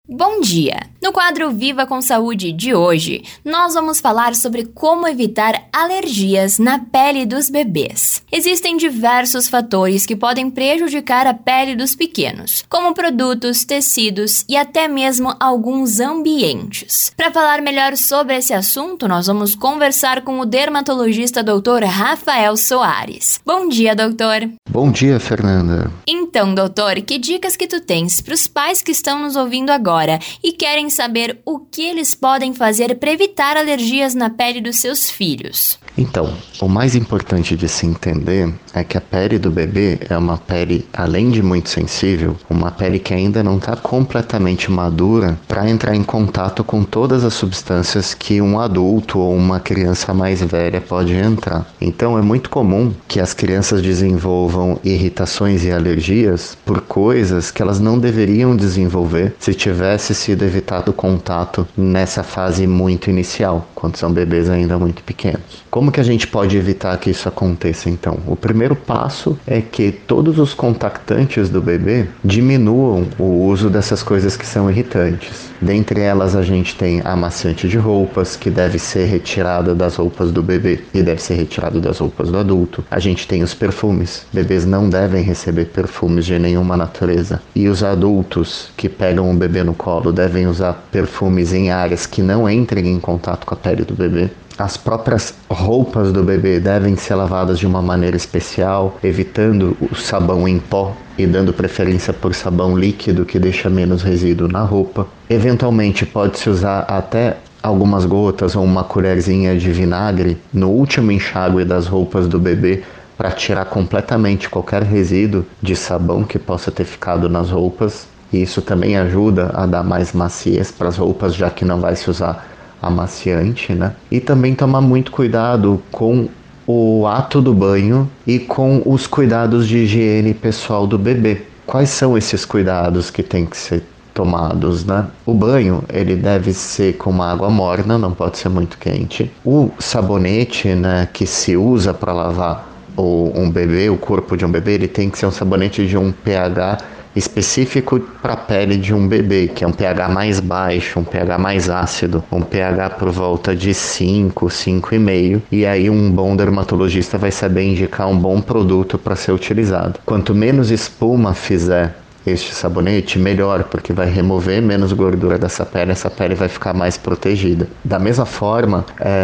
Bom dia! No quadro Viva com Saúde de hoje, nós vamos falar sobre como evitar alergias na pele dos bebês. Existem diversos fatores que podem prejudicar a pele dos pequenos, como produtos, tecidos e até mesmo alguns ambientes. Para falar melhor sobre esse assunto, nós vamos conversar com o dermatologista Dr. Rafael Soares. Bom dia, doutor! Bom dia, Fernanda! Então, doutor, que dicas que tu tens para os pais que estão nos ouvindo agora e querem saber o que eles podem fazer para evitar alergias na pele dos seus filhos? Então, o mais importante de se entender é que a pele do bebê é uma pele, além de muito sensível, uma pele que ainda não está completamente madura para entrar em contato com todas as substâncias que um adulto ou uma criança mais velha pode entrar. Então, é muito comum que as crianças desenvolvam irritações e alergias por coisas que elas não deveriam desenvolver se tivesse sido evitado o contato nessa fase muito inicial, quando são bebês ainda muito pequenos. Como que a gente pode evitar que isso aconteça, então? O primeiro passo é que todos os contactantes do bebê diminuam o uso dessas coisas que são irritantes. Dentre elas, a gente tem amaciante de roupas, que deve ser retirada das roupas do bebê e deve ser retirado das roupas do adulto. A gente tem os perfumes. Bebês não devem receber perfumes de nenhuma natureza. E os adultos que pegam o bebê no colo devem usar perfumes em áreas que não entrem em contato com a pele do bebê. As próprias roupas do bebê devem ser lavadas de uma maneira especial, evitando o sabão em pó e dando preferência por sabão líquido que deixa menos resíduo na roupa. Eventualmente pode-se usar até algumas gotas ou uma colherzinha de vinagre no último enxágue das roupas do bebê para tirar completamente qualquer resíduo de sabão que possa ter ficado nas roupas. E isso também ajuda a dar mais maciez para as roupas, já que não vai se usar amaciante, né? E também tomar muito cuidado com o ato do banho e com os cuidados de higiene pessoal do bebê. Quais são esses cuidados que tem que ser tomados, né? O banho, ele deve ser com uma água morna, não pode ser muito quente. O sabonete, né, que se usa para lavar um bebê, o corpo de um bebê, ele tem que ser um sabonete de um pH específico para a pele de um bebê, que é um pH mais baixo, um pH mais ácido, um pH por volta de 5, 5,5, e aí um bom dermatologista vai saber indicar um bom produto para ser utilizado. Quanto menos espuma fizer este sabonete, melhor, porque vai remover menos gordura dessa pele, essa pele vai ficar mais protegida. Da mesma forma,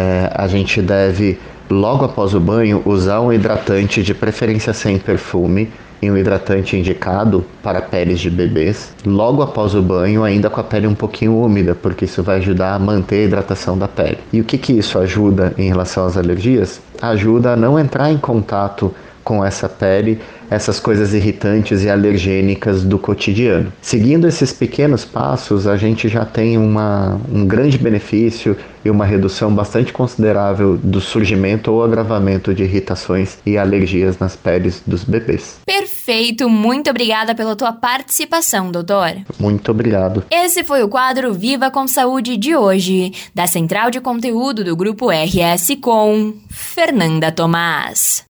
a gente deve, logo após o banho, usar um hidratante, de preferência sem perfume, e um hidratante indicado para peles de bebês, logo após o banho, ainda com a pele um pouquinho úmida, porque isso vai ajudar a manter a hidratação da pele. E o que isso ajuda em relação às alergias? Ajuda a não entrar em contato com essa pele, essas coisas irritantes e alergênicas do cotidiano. Seguindo esses pequenos passos, a gente já tem um grande benefício e uma redução bastante considerável do surgimento ou agravamento de irritações e alergias nas peles dos bebês. Perfeito! Muito obrigada pela tua participação, doutor. Muito obrigado. Esse foi o quadro Viva com Saúde de hoje, da Central de Conteúdo do Grupo RS com Fernanda Tomás.